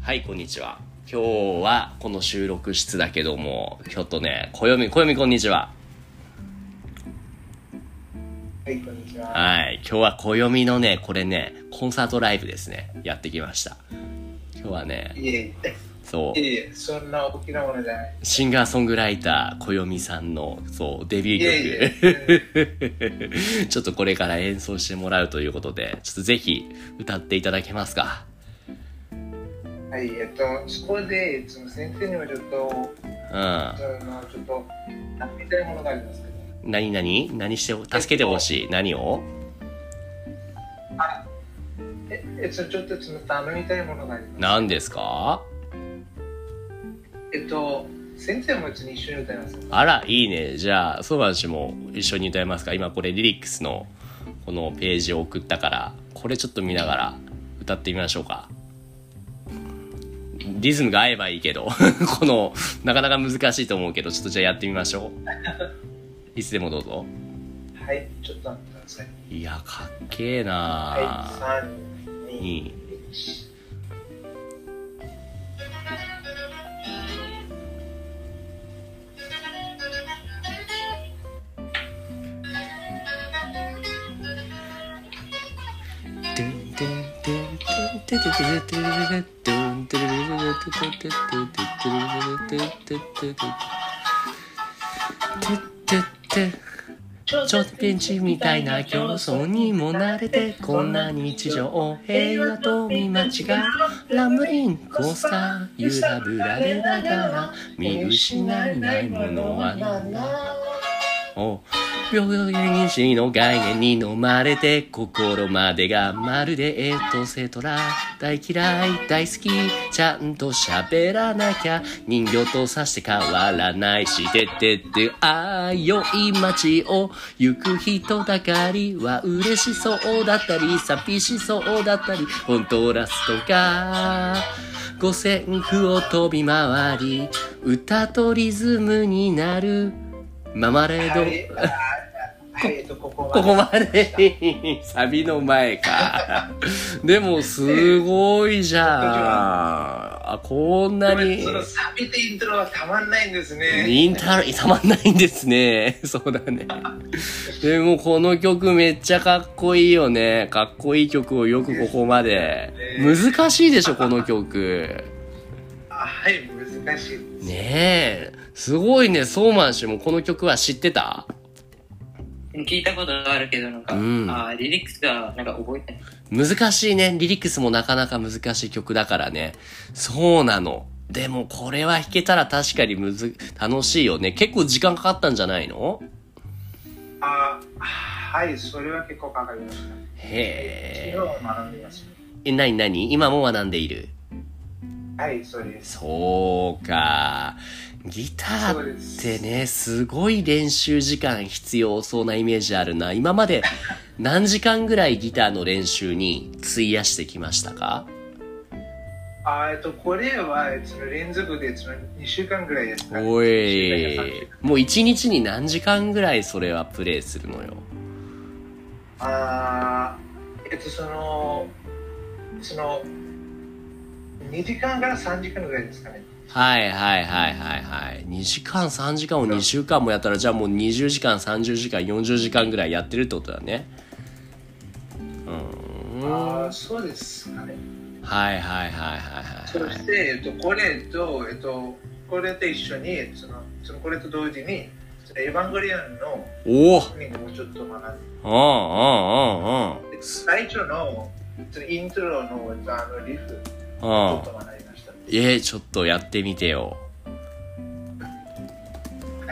はい、こんにちは。今日はこの収録室だけども、ちょっとね、暦こんにちは。 はい、こんにちは。 はい、今日は暦のね、これね、コンサートライブですね、やってきました。今日はね、そう、 そんな大きなものじゃない。 シンガーソングライター、暦さんの、そう、デビュー曲。ちょっとこれから演奏してもらうということで、ちょっとぜひ歌っていただけますか。 はい、そこで、その先生にはちょっと、ちょっと、みたいなものがありますけど。 何して助けてほしい、何をちょっとその頼みたいものがあります。 何ですか？ 先生も一緒に歌います。 あら、いいね。じゃあ、ソーマン氏も一緒に歌いますか？今これリリックスのこのページを送ったから、これちょっと見ながら歌ってみましょうか。リズムが合えばいいけど、この、なかなか難しいと思うけど、ちょっとじゃあやってみましょう。いつでもどうぞ。 はい、ちょっと待ってください。 いや、かっけえな。 はい、3、2、1。 ちょっぴんちみたいな競争にも慣れて、こんな日常平和と見間違うラムリンコースター揺らぶられながら見失いないものは何だ。病原子の概念に飲まれて、心までがまるでエトセトラ。大嫌い大好きちゃんと喋らなきゃ、人形とさして変わらないし、てってってあよい街を行く人だかりは嬉しそうだったり寂しそうだったり、コントラストが五線譜を飛び回り、歌とリズムになるママレード、ここまでサビの前か。でもすごいじゃん。あ、こんなに。 そのサビでイントロはたまんないんですね。 たまんないんですね。そうだね。でもこの曲めっちゃかっこいいよね。かっこいい曲をよくここまで。難しいでしょ、この曲。 はい、難しいです。 ねえ。すごいね、ソーマン氏もこの曲は知ってた？ 聞いたことあるけど、なんか、リリックスがなんか覚えてない。 難しいね。リリックスもなかなか難しい曲だからね。そうなの。でもこれは弾けたら確かに楽しいよね。結構時間かかったんじゃないの？ はい、それは結構かかりました。 へ昨日学んでいます。 何今も学んでいる？ はい、そうです。 そうか。ギターってね、すごい練習時間必要そうなイメージあるな。今まで何時間ぐらいギターの練習に費やしてきましたか？ これは連続で2週間ぐらいですかね。 おい、もう1日に何時間ぐらいそれはプレイするのよ？ 2時間から3時間ぐらいですかね。 はい。2時間3時間を2週間もやったら、じゃあもう20時間30時間40時間ぐらいやってるってことだね。 そうですかね。 はい。 そして、これと一緒にこれと同時にエヴァンゲリオンのオープニングもちょっと学んで、最初のイントロのリフちょっと学びました。 ちょっとやってみてよ。 はい。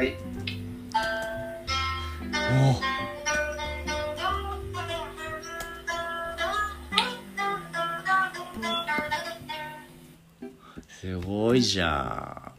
すごいじゃん。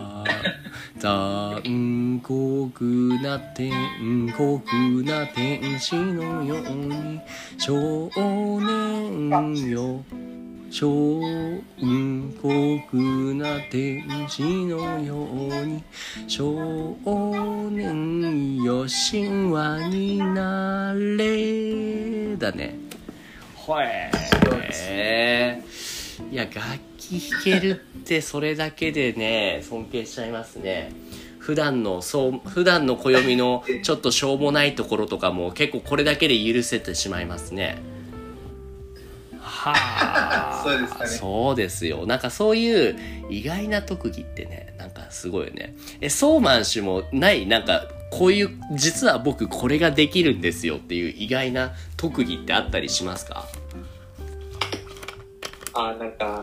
残酷な天使のように少年よ、残酷な天使のように少年よ、神話になれだね。ほえいや、楽器弾けるってそれだけでね、尊敬しちゃいますね。普段の暦のちょっとしょうもないところとかも結構これだけで許せてしまいますね。はあ。 そうですかね。 そうですよ。なんかそういう意外な特技ってね、なんかすごいよね。ソーマン氏もない、なんかこういう実は僕これができるんですよっていう意外な特技ってあったりしますか？ なんか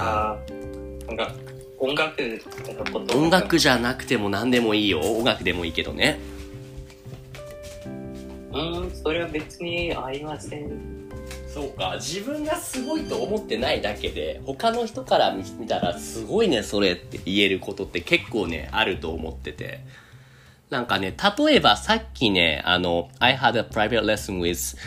音楽のこと。 音楽じゃなくても何でもいいよ。音楽でもいいけどね。 それは別にありません。 そうか、自分がすごいと思ってないだけで他の人から見たらすごいねそれって言えることって結構ねあると思ってて、なんかね、例えばさっきねI had a private lesson with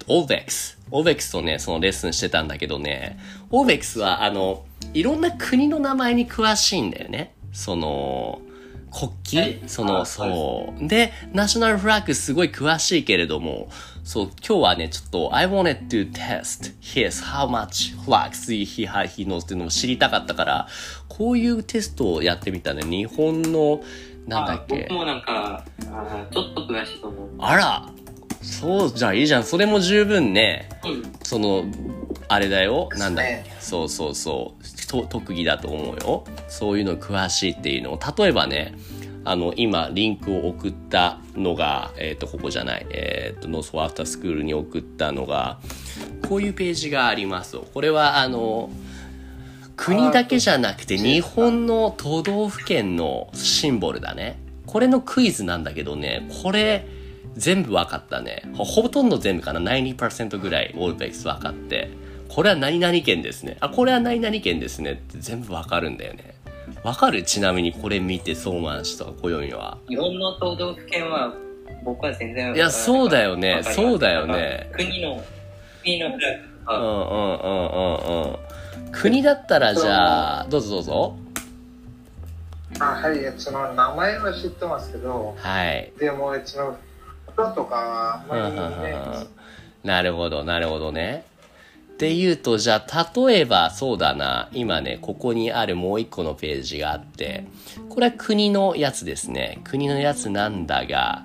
OVEX とねそのレッスンしてたんだけどね、OVEX はいろんな国の名前に詳しいんだよね。その国旗、はい、そうでナショナルフラッグすごい詳しいけれども、そう今日はねちょっと I wanted to test his how much flags he knows っていうのを知りたかったから、こういうテストをやってみたね。日本のなんだっけ、 僕もなんかちょっと詳しいと思う。 あら、そうじゃあいいじゃん。それも十分ね、そのあれだよ、なんだっけ、そう特技だと思うよ。そういうの詳しいっていうのを、例えばね、今リンクを送ったのがここじゃない、ノースフォーアフタースクールに送ったのがこういうページがあります。これは国だけじゃなくて日本の都道府県のシンボルだね。これのクイズなんだけどね、これ全部分かったね。ほとんど全部かな、90% ぐらいオールベックス分かって、これは何々県ですね、これは何々県ですねって全部分かるんだよね。分かる？ちなみにこれ見てソーマン氏とか暦は。 日本の都道府県は僕は全然。 いや、そうだよね、そうだよね。 国のフラッグとか。 国だったらじゃあどうぞ。 はい、その名前は知ってますけど、 はい。 でもその色とかはあんまりね。 なるほどね。っていうと、じゃあ例えばそうだな、今ねここにあるもう一個のページがあって、これは国のやつですね。国のやつなんだが、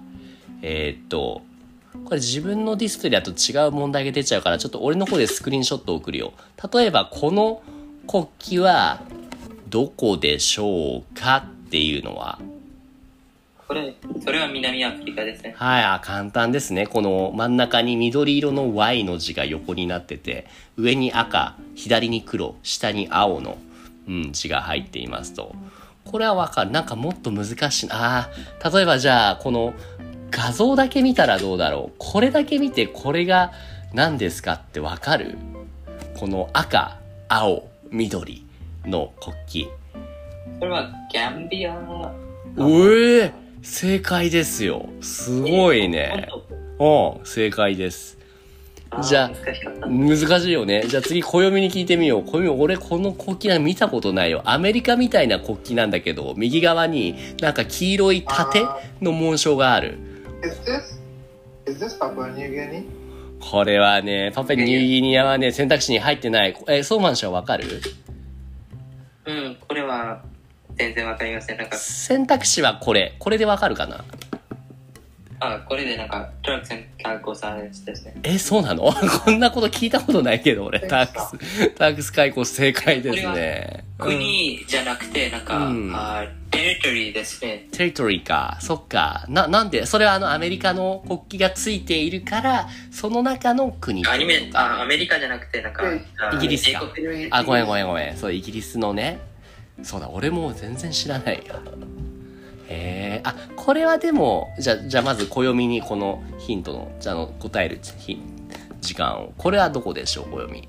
これ自分のディスプレイだと違う問題が出ちゃうから、ちょっと俺の方でスクリーンショットを送るよ。例えばこの国旗はどこでしょうかっていうのは、 それは南アフリカですね。 はい、簡単ですね。この真ん中に緑色の Y の字が横になってて、上に赤、左に黒、下に青の、字が入っていますと。これはわかる。なんかもっと難しい。例えばじゃあこの画像だけ見たらどうだろう。これだけ見てこれが何ですかってわかる？この赤、青、緑の国旗。 これはギャンビア。 正解ですよ。すごいね。正解です。じゃあ、難しいよね。じゃあ次、暦に聞いてみよう。暦、俺この国旗見たことないよ。アメリカみたいな国旗なんだけど、右側になんか黄色い盾の紋章がある。 Is this Papua New Guinea? これはね、パプアニューギニアはね、選択肢に入ってない。ソーマン氏はわかる？ これは全然わかりません。なんか選択肢はこれでわかるかな？ これでなんかトラックスカーゴサービスですね。 そうなの？こんなこと聞いたことないけど俺。タックス解雇正解ですね。 国じゃなくてなんか、テリトリーですね。 テリトリーか。そっか。なんでそれはアメリカの国旗がついているからその中の国。 アメリカじゃなくてなんかイギリスか。ごめん。そうイギリスのね。そうだ、俺も全然知らないよ。これはでもじゃあまず暦にこのヒントの答える時間を。これはどこでしょう？暦。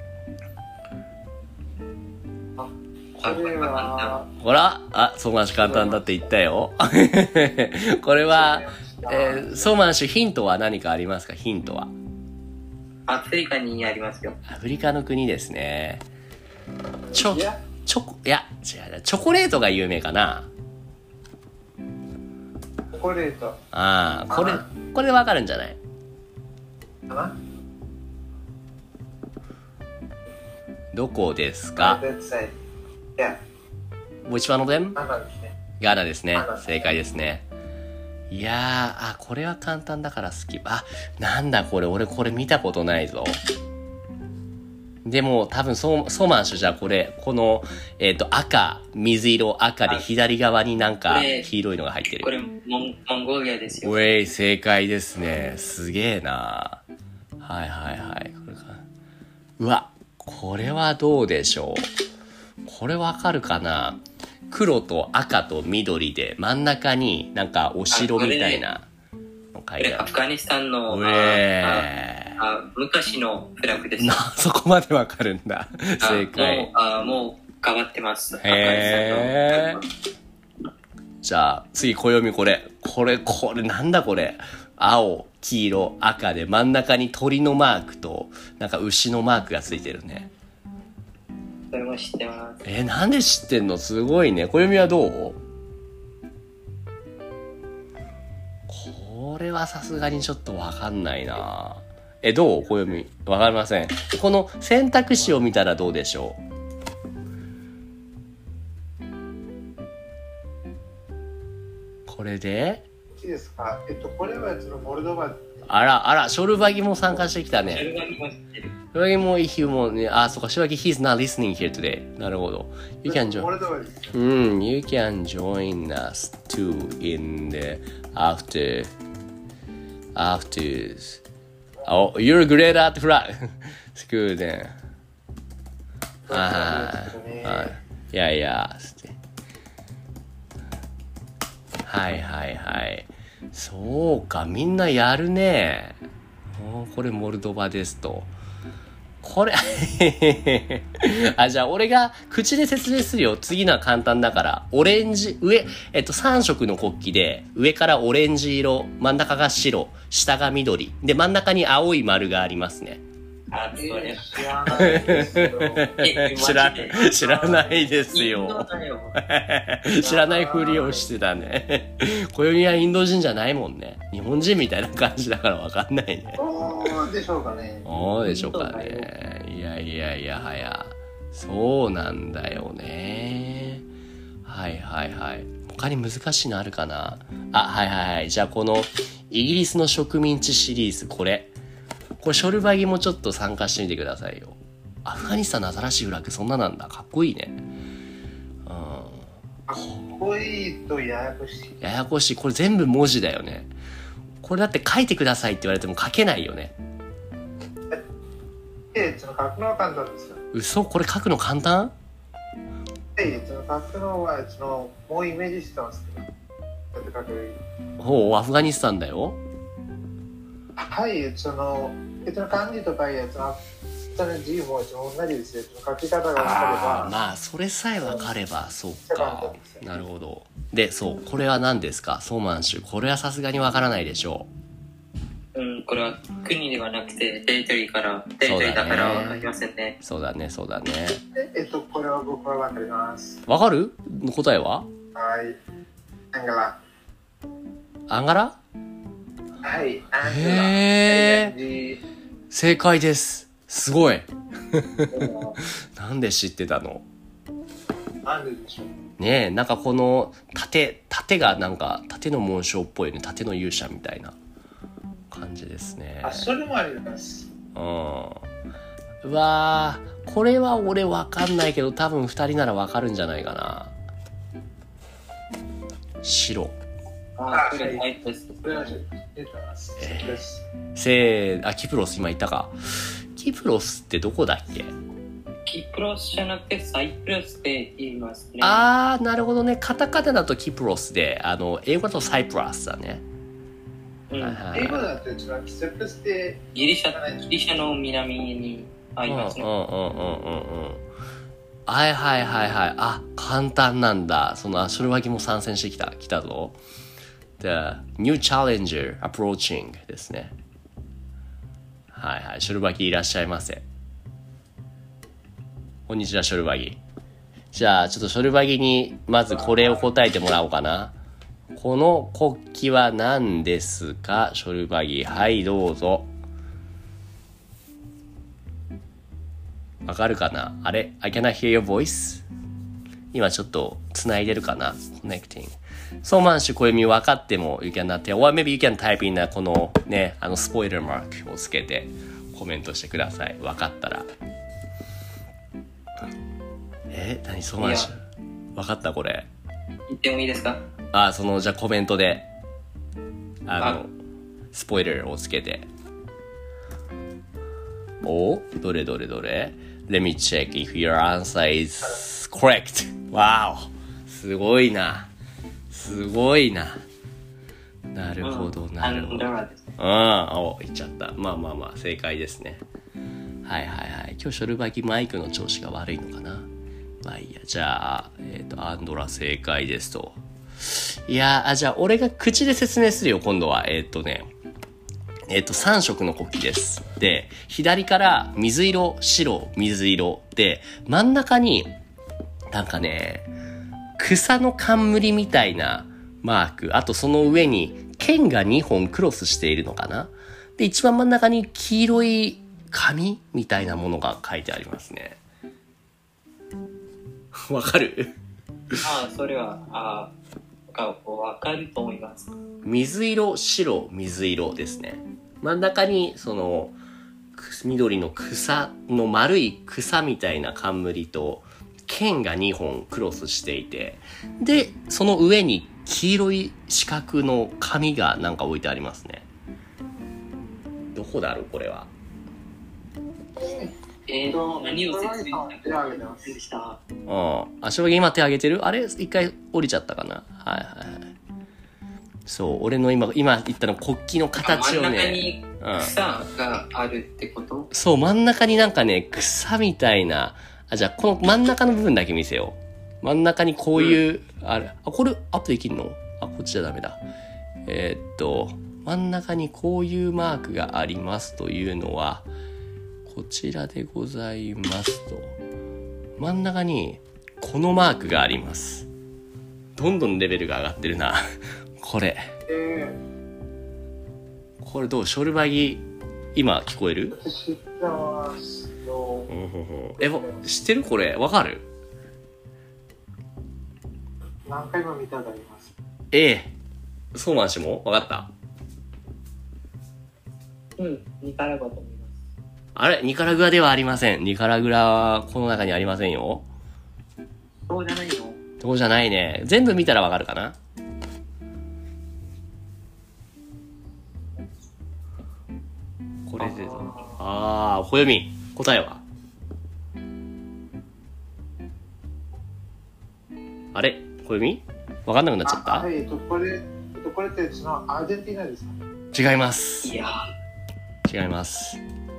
ほら、ソーマン氏簡単だって言ったよ。これは、ソーマン氏ヒントは何かありますか？ヒントは。 アフリカにありますよ。 アフリカの国ですね。チョコレートが有名かな。 チョコレート。 これわかるんじゃない？ どこですか？ That side. Yeah. Which one of them? ガーナですね。 ガーナですねガーナ。 正解ですね。いやー、これは簡単だから好き。なんだこれ、俺これ見たことないぞ。でも多分ソマンシュじゃこの、赤、水色、赤で左側になんか黄色いのが入ってる。 これモンゴリアですよ。 ウェイ、正解ですね。すげえな。はいはいはい。これか。うわ、これはどうでしょう。これわかるかな。黒と赤と緑で真ん中になんかお城みたいなの書いてある。 アフガニスタンの昔のフラグです。 そこまでわかるんだ。正解。 もう変わってます。 へー。じゃあ次暦これなんだこれ。青、黄色、赤で真ん中に鳥のマークとなんか牛のマークがついてるね。 それも知ってます。 なんで知ってんの？すごいね。暦はどう？これはさすがにちょっとわかんないな。どう？暦。わかりません。この選択肢を見たらどうでしょう？これで？ いいですか？これはモルドバ。 あら、ショルバギも参加してきたね。ショルバギもいい日もね、そうか、ショルバギ he's not listening here today. なるほど。You can join. You can join us too in the after. Oh, you're great at flag. School then. いやいや。はいはいはい。そうか、みんなやるね。これモルドバですと。これじゃあ俺が口で説明するよ。次のは簡単だから。オレンジ、上、3色の国旗で、上からオレンジ色、真ん中が白、下が緑。で、真ん中に青い丸がありますね。知らないですよ。知らないふりをしてたね。暦はインド人じゃないもんね。日本人みたいな感じだからわかんないね。 そうでしょうかね。いやはや。そうなんだよね。はいはいはい。他に難しいのあるかな。はい。じゃあこのイギリスの植民地シリーズ、これショルバギもちょっと参加してみてくださいよ。アフガニスタンの新しいフラッグそんななんだ。かっこいいね。 かっこいいとややこしい。 ややこしい。これ全部文字だよね。これだって書いてくださいって言われても書けないよね。 書くのは簡単ですよ。 嘘？これ書くの簡単？ 書くのはもうイメージしてますけど。アフガニスタンだよ。 はい、漢字とかいうやつは字も同じですよ。書き方が分かれば。 まあそれさえ分かればそうか。なるほど。で、これは何ですか？ソーマンシュ。これはさすがに分からないでしょう。これは国ではなくてテリトリーだから分かりませんね。 そうだね。 これは僕は分かります。 分かる？答えは？ はい。 アンガラ？ はい。 正解です。すごい。なんで知ってたの？ なんででしょうね。なんかこの盾がなんか盾の紋章っぽいね。盾の勇者みたいな感じですね。 それもあります。 うわー、これは俺わかんないけど多分2人ならわかるんじゃないかな。白。キプロス今言ったか。キプロスってどこだっけ？ キプロスじゃなくてサイプラスって言いますね。 なるほどね。カタカナだとキプロスで、英語だとサイプラスだね。 英語だとキプロスってギリシャの南にありますね。 はい。簡単なんだ。そのショルバギも参戦してきたぞ。The new challenger approaching ですね。はい。ショルバギいらっしゃいませ。こんにちは、ショルバギ。じゃあ、ちょっとショルバギにまずこれを答えてもらおうかな。この国旗は何ですか？ショルバギ。はい、どうぞ。 わかるかなあれ ?I cannot hear your voice? 今ちょっと繋いでるかな ?connecting。ソーマン氏小読み分かっても you cannot tell. Or maybe you can type in このね、スポイラーマークをつけてコメントしてください。分かったら。何ソーマン氏分かったこれ。 言ってもいいですか？ じゃあコメントで、スポイラーをつけて。どれ Let me check if your answer is correct. Wow! すごいな。なるほど。 アンドラですね。 言っちゃった。まあ、正解ですね。はい。今日ショルバギマイクの調子が悪いのかな。まあいいや。じゃあ、アンドラ正解ですと。いやじゃあ俺が口で説明するよ、今度は。3色の国旗です。で、左から水色、白、水色で、真ん中に、なんかね、草の冠みたいなマーク、あとその上に剣が2本クロスしているのかな。で、一番真ん中に黄色い紙みたいなものが書いてありますね。わかる？ それは、わかると思います。 水色、白、水色ですね。真ん中に、緑の草の丸い草みたいな冠と、剣が2本クロスしていて、で、その上に黄色い四角の紙がなんか置いてありますね。どこだろうこれは。 何を説明した？ 足場今手挙げてる？あれ一回降りちゃったかな。はい。そう、俺の今言ったの国旗の形をね。 真ん中に草があるってこと？ そう、真ん中になんかね、草みたいな。じゃあこの真ん中の部分だけ見せよう。真ん中にこういう、これアップできるの？こっちじゃダメだ。真ん中にこういうマークがありますというのは、こちらでございますと。真ん中にこのマークがあります。どんどんレベルが上がってるな。これ。これどう？ショルバギ今聞こえる？ 知ってますよ。 知ってる？これわかる？ 何回も見たことあります。 ソーマン氏もわかった？ ニカラグアと思います。 あれ？ニカラグアではありません。ニカラグアはこの中にありませんよ。 そうじゃないの？ そうじゃないね。全部見たらわかるかな？これで暦答えは？あれ暦わかんなくなっちゃった？ これってそのアルゼンティナですか？ 違います。 いや違います。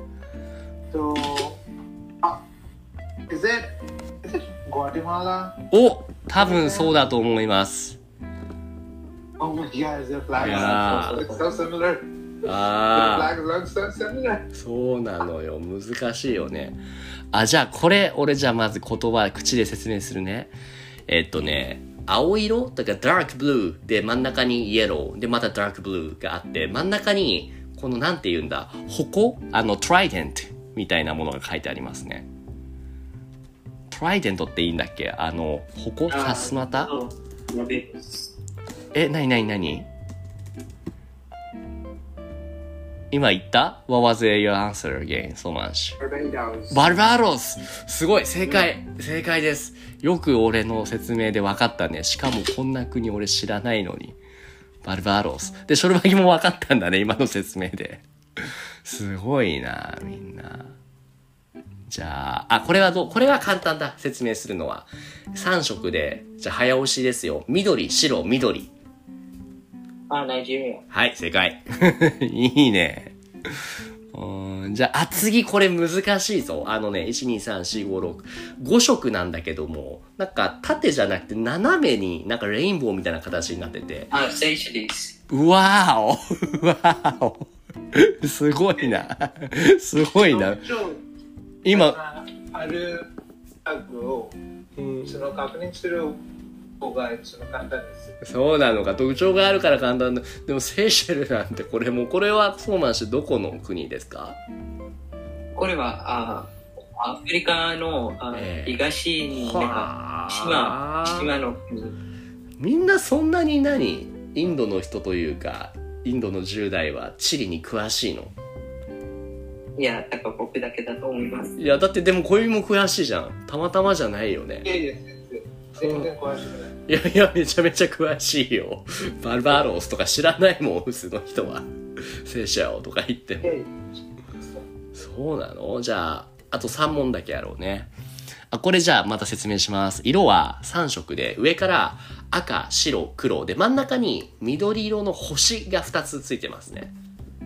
is it Guatemala? 多分そうだと思います。 Oh my god, the flag is so similar. The flag looks so similar. そうなのよ。難しいよね。じゃあこれ、俺じゃあまず言葉、口で説明するね。青色とか dark blue で真ん中に yellow でまた dark blue があって真ん中にこのなんて言うんだ矛trident みたいなものが書いてありますね。trident っていいんだっけ？矛さすまた？何今言った？ What was your answer again so much? バルバドス！すごい正解です。よく俺の説明で分かったね。しかもこんな国俺知らないのに。バルバドス。で、ショルバギも分かったんだね、今の説明で。すごいな、みんな。じゃあ、これは簡単だ、説明するのは。3色で、じゃあ早押しですよ。緑、白、緑。 ナイジェリア。 はい、正解。いいね。じゃあ、次これ難しいぞ。1、2、3、4、5、6。5色なんだけども、なんか縦じゃなくて斜めになんかレインボーみたいな形になってて。 セイシェです。 わーおすごいな。すごいな。今、 あるタグを、その確認する方が簡単です。 そうなのか。特徴があるから簡単だ。でもセイシェルなんてこれはソーマン氏どこの国ですか？ これはアフリカの東になんか島の国。 みんなそんなにインドの人というかインドの10代は地理に詳しいの？ いや、だから僕だけだと思います。 いや、だってでも小指も詳しいじゃん。たまたまじゃないよね。 いやいや、全然詳しくない。 いやいや、めちゃめちゃ詳しいよ。バルバロスとか知らないもん、普通の人は。セシャオとか言っても。そうなの？じゃあ、あと3問だけやろうね。これじゃあまた説明します。色は3色で、上から赤、白、黒で、真ん中に緑色の星が2つついてますね。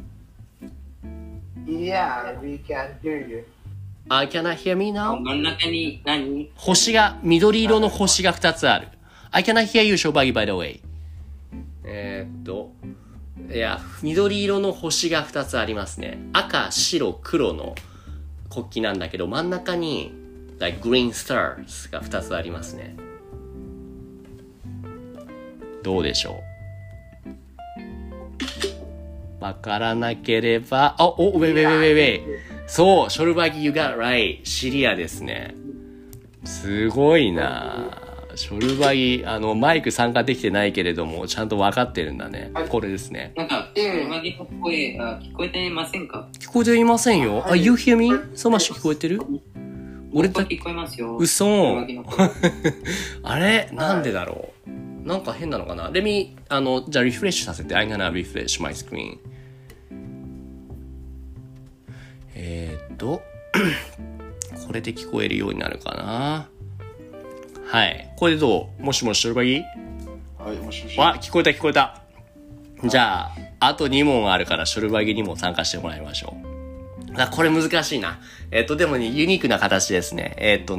Yeah, we can hear you. Can I hear me now? 真ん中に何？ 緑色の星が2つある。I cannot hear you, Shobagi, by the way. いや、緑色の星が2つありますね。赤、白、黒の国旗なんだけど、真ん中に、like green stars が2つありますね。どうでしょう？わからなければ、wait. そう、ショルバギ you got right. シリアですね。すごいな。ショルバギ、マイク参加できてないけれども、ちゃんと分かってるんだね。これですね。 なんか、ショルバギの声、聞こえていませんか？ 聞こえていませんよ。You hear me? そまし聞こえてる？ 俺だけ聞こえますよ。 嘘。あれなんでだろう。なんか変なのかな。じゃあリフレッシュさせて。I'm gonna refresh my screen. これで聞こえるようになるかな。はい。これでどう？もしもし、ショルバギ？ はい、もしもし。 聞こえた。じゃあ、あと2問あるから、ショルバギにも参加してもらいましょう。これ難しいな。でもね、ユニークな形ですね。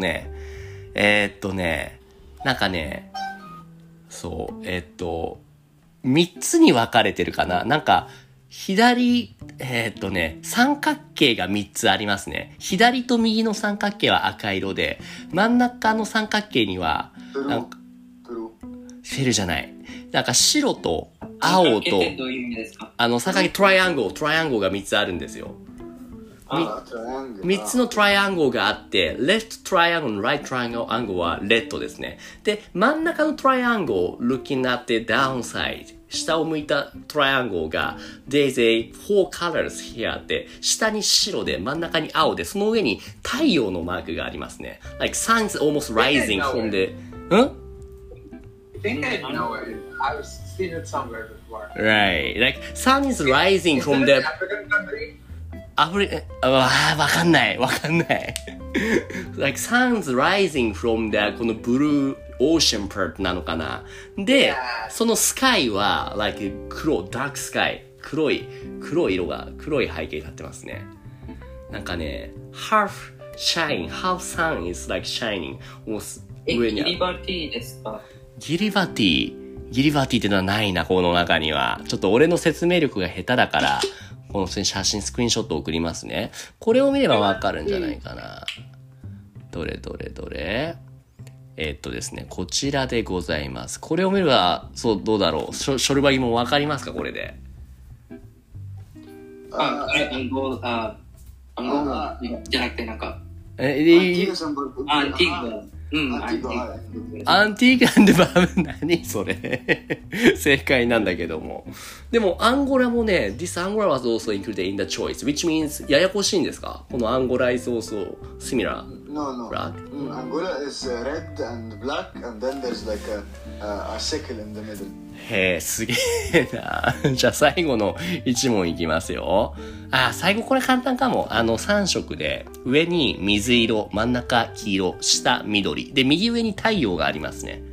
なんかね、そう、3つに分かれてるかな。なんか、左、三角形が3つありますね。左と右の三角形は赤色で、真ん中の三角形には、なんか、フェルじゃない。なんか白と青と、三角形トライアングルが3つあるんですよ。3つのトライアングルがあって、left triangle、right triangle はレッドですね。で、真ん中のトライアングル、looking at the downside。下を向いたトライアングルが There's a four colors here って下に白で真ん中に青でその上に太陽のマークがありますね。Like sun's almost rising from the... I think I know it. I've seen it somewhere before. Right. Like sun is rising from the... African country? わかんない。like sun's rising from the このブルーオーシャンパートなのかな。で、そのスカイは、like ダークスカイ。黒い色が、黒い背景になってますね。なんかね、half sun is like shining. 上にギリバティですか？ ギリバティってのはないな、この中には。ちょっと俺の説明力が下手だから、この写真、スクリーンショット送りますね。これを見ればわかるんじゃないかな。どれですね、こちらでございます。これを見れば、そう、どうだろう。ショルバギもわかりますか、これで。 暗号じゃなくてなんか。 アンティークでバブ何それ正解なんだけども。でも、アンゴラもね、This Angola was also included in the choice, which means ややこしいんですか？このアンゴラ is also similar. No. Black? Angola is red and black, and then there's like a sickle in the middle. へえ、すげえな。じゃあ最後の1問いきますよ。最後これ簡単かも。3色で、上に水色、真ん中黄色、下緑。で、右上に太陽がありますね。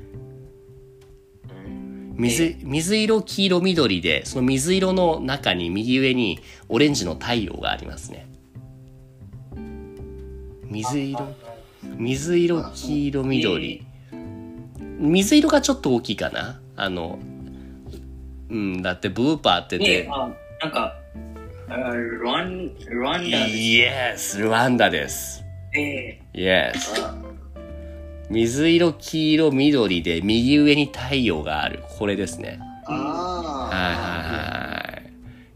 水色、黄色、緑で、その水色の中に右上にオレンジの太陽がありますね。水色、黄色、緑。水色がちょっと大きいかな。だってブーパーってて。 なんか、ルワンダです。 Yes、ルワンダです。Yes。水色、黄色、緑で右上に太陽がある。これですね。